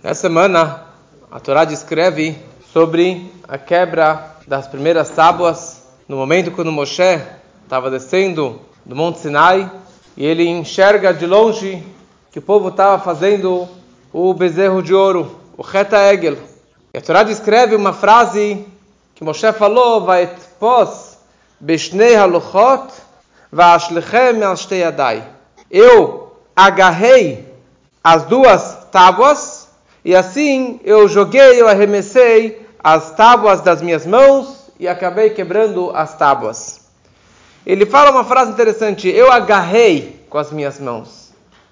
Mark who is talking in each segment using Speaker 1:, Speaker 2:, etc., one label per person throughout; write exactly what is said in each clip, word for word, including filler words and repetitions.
Speaker 1: Essa semana, a Torá descreve sobre a quebra das primeiras tábuas, no momento quando Moshe estava descendo do Monte Sinai, e ele enxerga de longe que o povo estava fazendo o bezerro de ouro, o Cheta Egel. E a Torá descreve uma frase que Moshe falou, Vaetpos beshnei haluchot va'ashlechem al shtei yadai. Eu agarrei as duas tábuas, e assim eu joguei, eu arremessei as tábuas das minhas mãos e acabei quebrando as tábuas. Ele fala uma frase interessante, eu agarrei com as minhas mãos.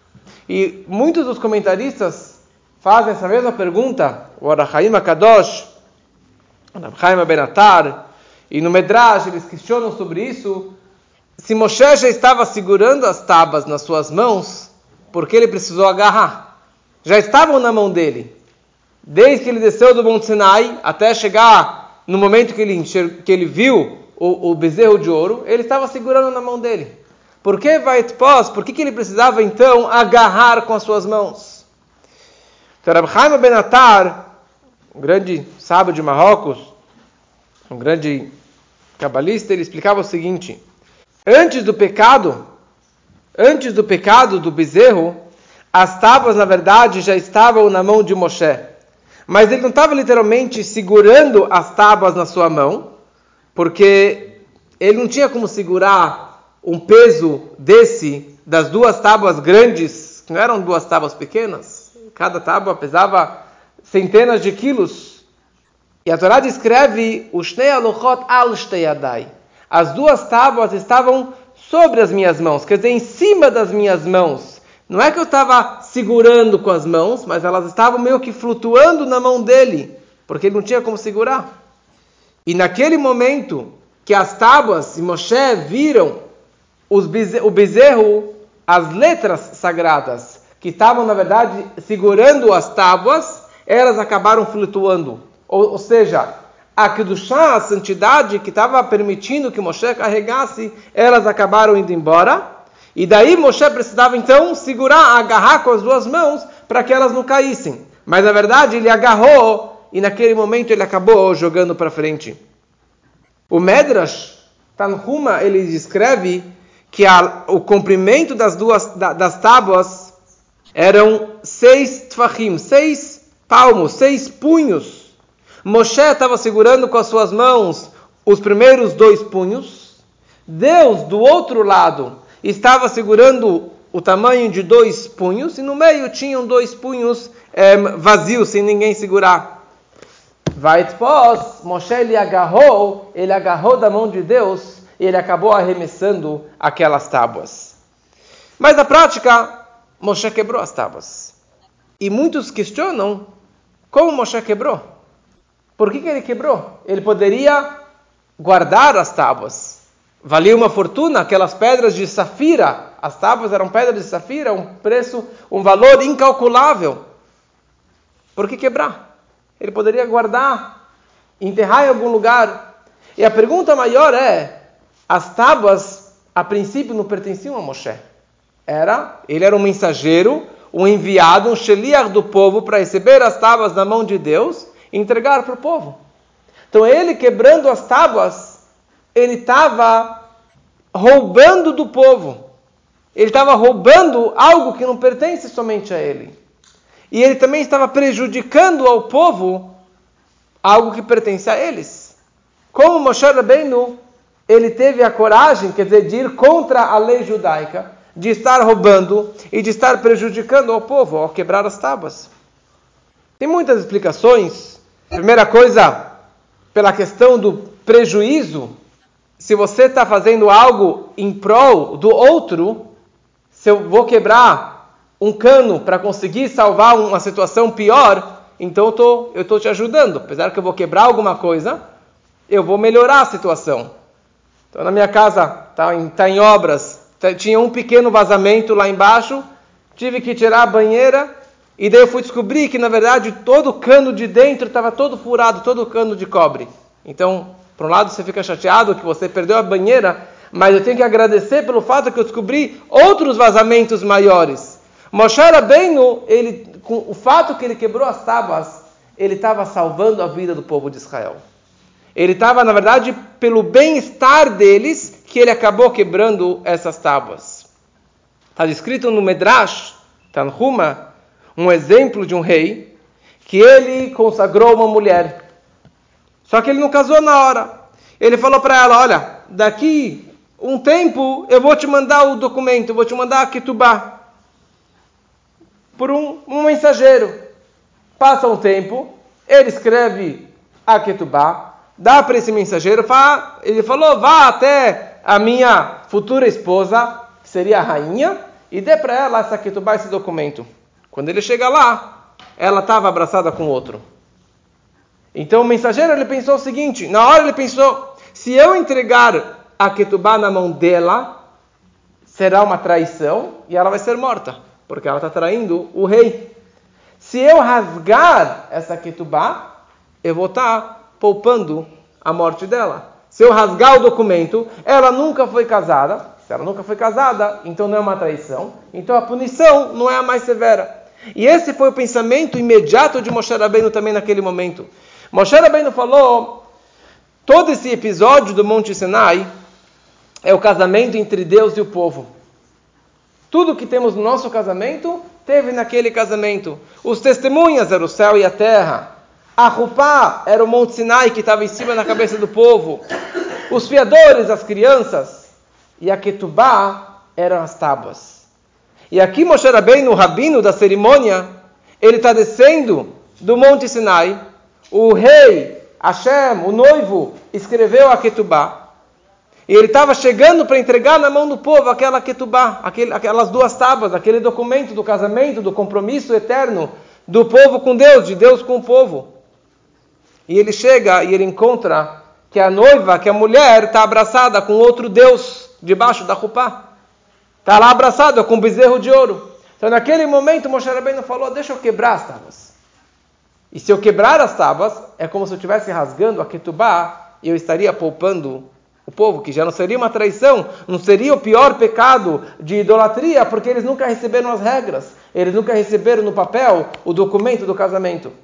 Speaker 1: E muitos dos comentaristas fazem essa mesma pergunta, o Arachaim HaKadosh, o Arachaim HaBenatar, e no Medrash eles questionam sobre isso, se Moshe já estava segurando as tábuas nas suas mãos, por que ele precisou agarrar? Já estavam na mão dele. Desde que ele desceu do Monte Sinai até chegar no momento que ele, enxer- que ele viu o, o bezerro de ouro, ele estava segurando na mão dele. Por que Vaetpos? Por que, que ele precisava então agarrar com as suas mãos? Então, Reb Chaim Ben Atar, um grande sábio de Marrocos, um grande cabalista, ele explicava o seguinte: antes do pecado, antes do pecado do bezerro, as tábuas, na verdade, já estavam na mão de Moshe. Mas ele não estava literalmente segurando as tábuas na sua mão, porque ele não tinha como segurar um peso desse, das duas tábuas grandes, que não eram duas tábuas pequenas. Cada tábua pesava centenas de quilos. E a Torá descreve o Shnei Aluchot al Shtei Yadai. As duas tábuas estavam sobre as minhas mãos, quer dizer, em cima das minhas mãos. Não é que eu estava segurando com as mãos, mas elas estavam meio que flutuando na mão dele, porque ele não tinha como segurar. E naquele momento que as tábuas e Moshe viram os beze- o bezerro, as letras sagradas, que estavam, na verdade, segurando as tábuas, elas acabaram flutuando. Ou, ou seja, a Kedushá, a santidade que estava permitindo que Moshe carregasse, elas acabaram indo embora. E daí Moshe precisava então segurar, agarrar com as duas mãos para que elas não caíssem. Mas na verdade ele agarrou e naquele momento ele acabou jogando para frente. O Medrash Tanhuma, ele descreve que a, o comprimento das duas da, das tábuas eram seis tfachim, seis palmos, seis punhos. Moshe estava segurando com as suas mãos os primeiros dois punhos. Deus, do outro lado, estava segurando o tamanho de dois punhos, e no meio tinham dois punhos é, vazios, sem ninguém segurar. Vaetpos, Moshe ele agarrou, ele agarrou da mão de Deus, e ele acabou arremessando aquelas tábuas. Mas na prática, Moshe quebrou as tábuas. E muitos questionam como Moshe quebrou. Por que, que ele quebrou? Ele poderia guardar as tábuas. Valia uma fortuna, aquelas pedras de safira. As tábuas eram pedras de safira, um preço, um valor incalculável. Por que quebrar? Ele poderia guardar, enterrar em algum lugar. E a pergunta maior é, as tábuas, a princípio, não pertenciam a Moshe. Era, ele era um mensageiro, um enviado, um sheliach do povo para receber as tábuas na mão de Deus e entregar para o povo. Então ele quebrando as tábuas, ele estava roubando do povo. Ele estava roubando algo que não pertence somente a ele. E ele também estava prejudicando ao povo algo que pertence a eles. Como Moshe Rabbeinu, ele teve a coragem, quer dizer, de ir contra a lei judaica, de estar roubando e de estar prejudicando ao povo ao quebrar as tábuas. Tem muitas explicações. Primeira coisa, pela questão do prejuízo. Se você está fazendo algo em prol do outro, se eu vou quebrar um cano para conseguir salvar uma situação pior, então eu tô, eu tô te ajudando. Apesar que eu vou quebrar alguma coisa, eu vou melhorar a situação. Então na minha casa está em, tá em obras, tá, tinha um pequeno vazamento lá embaixo, tive que tirar a banheira, e daí eu fui descobrir que na verdade todo o cano de dentro estava todo furado, todo o cano de cobre. Então, por um lado você fica chateado que você perdeu a banheira, mas eu tenho que agradecer pelo fato que eu descobri outros vazamentos maiores. Moshe Rabbeinu, ele com o fato que ele quebrou as tábuas, ele estava salvando a vida do povo de Israel. Ele estava, na verdade, pelo bem-estar deles, que ele acabou quebrando essas tábuas. Está descrito no Medrash, Tanhuma, um exemplo de um rei, que ele consagrou uma mulher. Só que ele não casou na hora. Ele falou para ela, olha, daqui um tempo eu vou te mandar o documento, eu vou te mandar a ketubá. Por um, um mensageiro. Passa um tempo, ele escreve a ketubá, dá para esse mensageiro, fala, ele falou, vá até a minha futura esposa, que seria a rainha, e dê para ela essa ketubá, esse documento. Quando ele chega lá, ela estava abraçada com outro. Então o mensageiro ele pensou o seguinte, na hora ele pensou, se eu entregar a ketubá na mão dela, será uma traição e ela vai ser morta, porque ela está traindo o rei. Se eu rasgar essa ketubá, eu vou estar poupando a morte dela. Se eu rasgar o documento, ela nunca foi casada. Se ela nunca foi casada, então não é uma traição. Então a punição não é a mais severa. E esse foi o pensamento imediato de Moshe Rabbeinu também naquele momento. Moshe Rabbeinu falou, todo esse episódio do Monte Sinai é o casamento entre Deus e o povo. Tudo que temos no nosso casamento, teve naquele casamento. Os testemunhas eram o céu e a terra. A Rupá era o Monte Sinai que estava em cima da cabeça do povo. Os fiadores, as crianças. E a Ketubá eram as tábuas. E aqui Moshe Rabbeinu, o rabino da cerimônia, ele está descendo do Monte Sinai. O rei, Hashem, o noivo, escreveu a Ketubá. E ele estava chegando para entregar na mão do povo aquela ketubá, aquele, aquelas duas tábuas, aquele documento do casamento, do compromisso eterno do povo com Deus, de Deus com o povo. E ele chega e ele encontra que a noiva, que a mulher, está abraçada com outro Deus debaixo da rupá. Está lá abraçada com um bezerro de ouro. Então naquele momento Moshe Rabbeinu falou, deixa eu quebrar as tábuas. E se eu quebrar as tábuas, é como se eu estivesse rasgando a ketubá e eu estaria poupando o povo, que já não seria uma traição, não seria o pior pecado de idolatria, porque eles nunca receberam as regras, eles nunca receberam no papel o documento do casamento.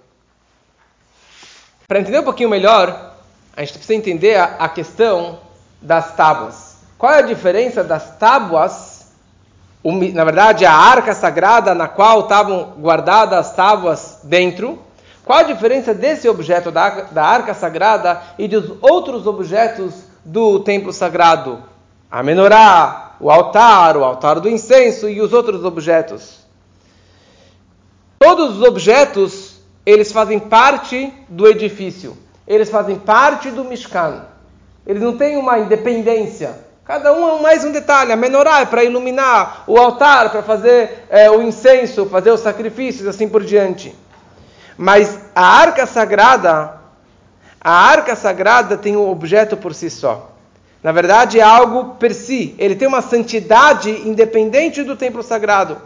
Speaker 1: Para entender um pouquinho melhor, a gente precisa entender a, a questão das tábuas. Qual é a diferença das tábuas, na verdade a arca sagrada na qual estavam guardadas as tábuas dentro? Qual a diferença desse objeto da, da arca sagrada e dos outros objetos do templo sagrado? A menorá, o altar, o altar do incenso e os outros objetos. Todos os objetos, eles fazem parte do edifício. Eles fazem parte do Mishkan. Eles não têm uma independência. Cada um é mais um detalhe. A menorá é para iluminar, o altar para fazer é, o incenso, fazer os sacrifícios, assim por diante. Mas a arca sagrada, a arca sagrada tem um objeto por si só. Na verdade, é algo per si. Ele tem uma santidade independente do templo sagrado.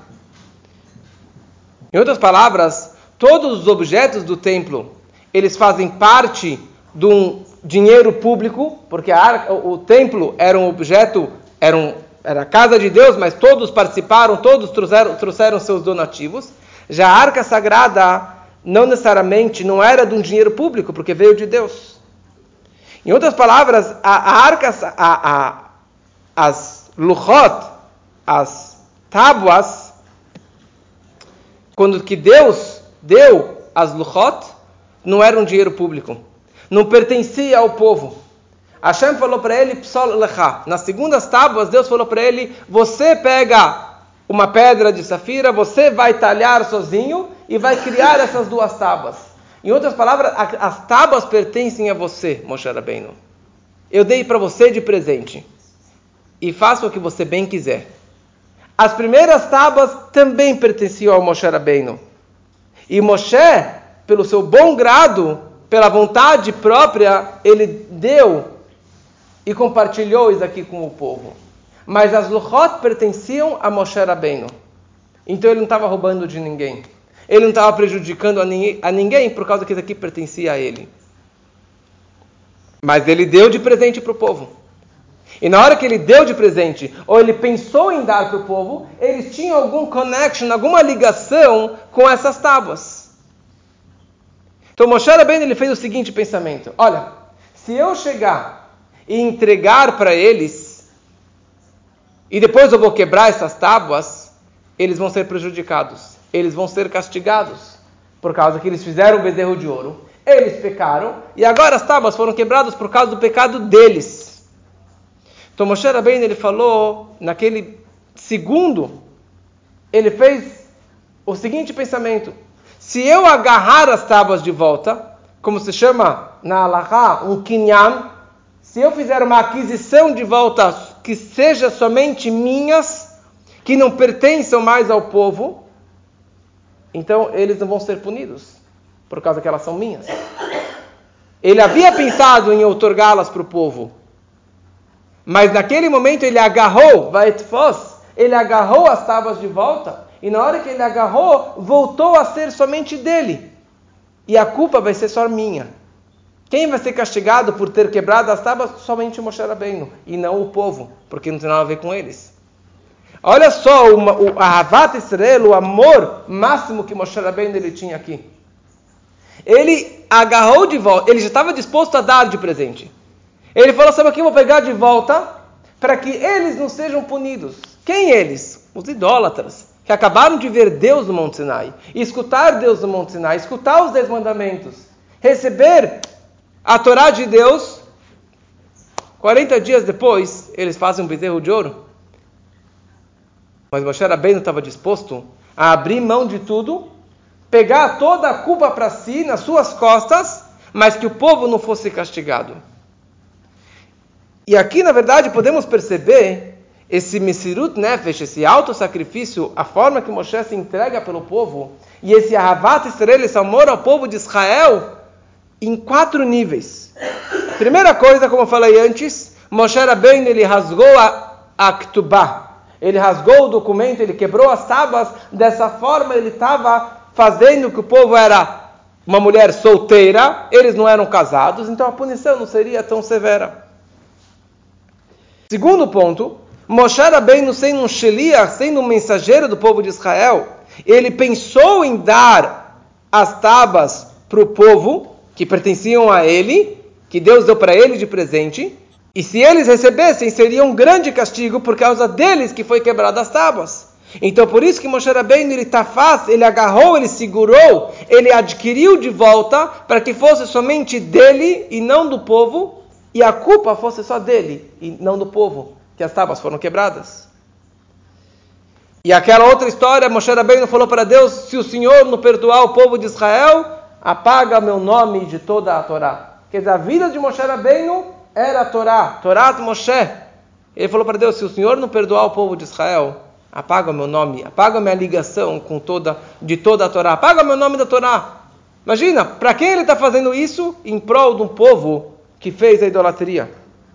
Speaker 1: Em outras palavras, todos os objetos do templo, eles fazem parte de um dinheiro público, porque a arca, o, o templo era um objeto, era, um, era a casa de Deus, mas todos participaram, todos trouxeram, trouxeram seus donativos. Já a arca sagrada não necessariamente não era de um dinheiro público, porque veio de Deus. Em outras palavras, a, a arca, a, a, as luchot, as tábuas, quando que Deus deu as luchot, não era um dinheiro público, não pertencia ao povo. Hashem falou para ele, Psol lecha. Nas segundas tábuas, Deus falou para ele, você pega uma pedra de safira, você vai talhar sozinho e vai criar essas duas tábuas. Em outras palavras, as tábuas pertencem a você, Moshe Rabbeinu. Eu dei para você de presente. E faça o que você bem quiser. As primeiras tábuas também pertenciam ao Moshe Rabbeinu. E Moshe, pelo seu bom grado, pela vontade própria, ele deu e compartilhou isso aqui com o povo. Mas as luchot pertenciam a Moshe Rabbeinu. Então ele não estava roubando de ninguém. Ele não estava prejudicando a ninguém, a ninguém por causa que isso aqui pertencia a ele. Mas ele deu de presente para o povo. e na hora que ele deu de presente, ou ele pensou em dar para o povo, eles tinham algum connection, alguma ligação com essas tábuas. Então Moshe Rabbeinu ele fez o seguinte pensamento: olha, se eu chegar e entregar para eles, e depois eu vou quebrar essas tábuas, eles vão ser prejudicados, eles vão ser castigados, por causa que eles fizeram um bezerro de ouro, eles pecaram, e agora as tábuas foram quebradas por causa do pecado deles. Então Moshe Rabbeinu ele falou, naquele segundo, ele fez o seguinte pensamento: se eu agarrar as tábuas de volta, como se chama na Halachá, um kinyan, se eu fizer uma aquisição de volta que seja somente minhas, que não pertençam mais ao povo, então eles não vão ser punidos, por causa que elas são minhas. Ele havia pensado em outorgá-las para o povo, mas naquele momento ele agarrou, vaetfos, ele agarrou as tábuas de volta, e na hora que ele agarrou, voltou a ser somente dele. E a culpa vai ser só minha. Quem vai ser castigado por ter quebrado as tábuas? Somente o Moshe Rabbeinu, e não o povo, porque não tem nada a ver com eles. Olha só uma, o Ahavat Israel, o amor máximo que Moshe Rabbeinu ele tinha aqui. Ele agarrou de volta, ele já estava disposto a dar de presente. Ele falou: sabe o que eu vou pegar de volta? Para que eles não sejam punidos. Quem eles? Os idólatras, que acabaram de ver Deus no Monte Sinai, escutar Deus no Monte Sinai, escutar os dez mandamentos, receber a Torá de Deus. quarenta dias depois, eles fazem um bezerro de ouro. Mas Moshe Rabbeinu estava disposto a abrir mão de tudo, pegar toda a culpa para si, nas suas costas, mas que o povo não fosse castigado. E aqui, na verdade, podemos perceber esse Mesirut Nefesh, esse auto-sacrifício, a forma que Moshe se entrega pelo povo, e esse Ahavat Israel, esse amor ao povo de Israel, em quatro níveis. Primeira coisa, como eu falei antes, Moshe Rabbeinu, ele rasgou a, a Ktubá, ele rasgou o documento, ele quebrou as tábuas, dessa forma ele estava fazendo que o povo era uma mulher solteira, eles não eram casados, então a punição não seria tão severa. Segundo ponto, Moshe Rabbeinu, sendo um sheliach, sendo um mensageiro do povo de Israel, ele pensou em dar as tábuas para o povo que pertenciam a ele, que Deus deu para ele de presente, e se eles recebessem, seria um grande castigo por causa deles que foi quebrado as tábuas. Então por isso que Moshe Rabbeinu, ele tafaz, ele agarrou, ele segurou, ele adquiriu de volta, para que fosse somente dele e não do povo, e a culpa fosse só dele e não do povo, que as tábuas foram quebradas. E aquela outra história, Moshe Rabbeinu falou para Deus: se o Senhor não perdoar o povo de Israel, apaga meu nome de toda a Torá. Quer dizer, a vida de Moshe Rabbeinu era a Torá, Torá de Moshe. Ele falou para Deus: se o Senhor não perdoar o povo de Israel, apaga o meu nome, apaga a minha ligação com toda, de toda a Torá, apaga o meu nome da Torá. Imagina, para quem ele está fazendo isso? Em prol de um povo que fez a idolatria.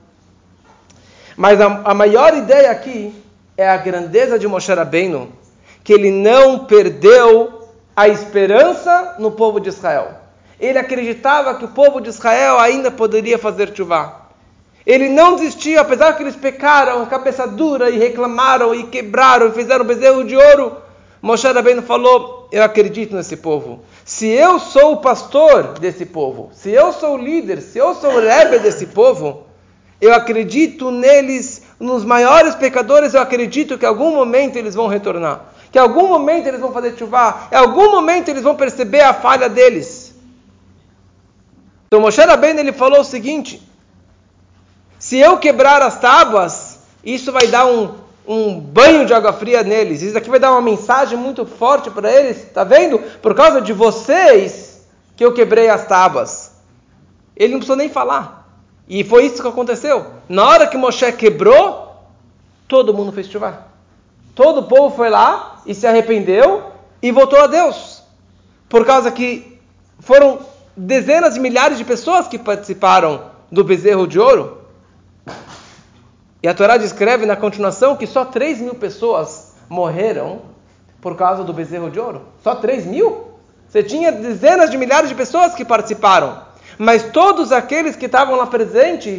Speaker 1: Mas a, a maior ideia aqui é a grandeza de Moshe Rabbeinu, que ele não perdeu a esperança no povo de Israel. Ele acreditava que o povo de Israel ainda poderia fazer tchuvá. Ele não desistiu, apesar que eles pecaram, cabeça dura, e reclamaram, e quebraram, e fizeram bezerro de ouro. Moshe Rabbeinu falou: eu acredito nesse povo. Se eu sou o pastor desse povo, se eu sou o líder, se eu sou o rebbe desse povo, eu acredito neles, nos maiores pecadores, eu acredito que em algum momento eles vão retornar. Que em algum momento eles vão fazer tchuvá, em algum momento eles vão perceber a falha deles. Então Moshe Rabbeinu, ele falou o seguinte: se eu quebrar as tábuas, isso vai dar um, um banho de água fria neles. Isso aqui vai dar uma mensagem muito forte para eles. Está vendo? Por causa de vocês que eu quebrei as tábuas. Ele não precisou nem falar. E foi isso que aconteceu. Na hora que Moshe quebrou, todo mundo fez tchuvá. Todo o povo foi lá e se arrependeu e voltou a Deus. Por causa que foram dezenas de milhares de pessoas que participaram do bezerro de ouro. E a Torá descreve na continuação que só três mil pessoas morreram por causa do bezerro de ouro. Só três mil? Você tinha dezenas de milhares de pessoas que participaram. Mas todos aqueles que estavam lá presentes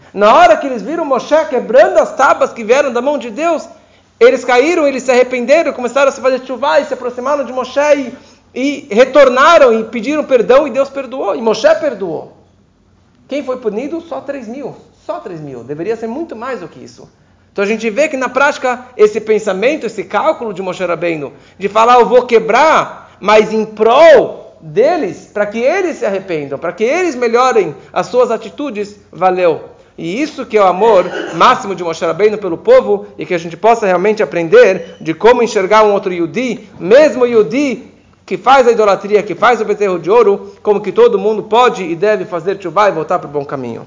Speaker 1: Na hora que eles viram Moshe quebrando as tábuas que vieram da mão de Deus, eles caíram, eles se arrependeram, começaram a se fazer chuvá e se aproximaram de Moshe e, e retornaram e pediram perdão e Deus perdoou, e Moshe perdoou. Quem foi punido? Só três mil. Só três mil. Deveria ser muito mais do que isso. Então a gente vê que na prática esse pensamento, esse cálculo de Moshe Rabbeinu, de falar eu vou quebrar, mas em prol deles, para que eles se arrependam, para que eles melhorem as suas atitudes, valeu. E isso que é o amor máximo de Moshe Rabbeinu pelo povo, e que a gente possa realmente aprender de como enxergar um outro Yudi, mesmo Yudi que faz a idolatria, que faz o bezerro de ouro, como que todo mundo pode e deve fazer tchuvá e voltar para o bom caminho.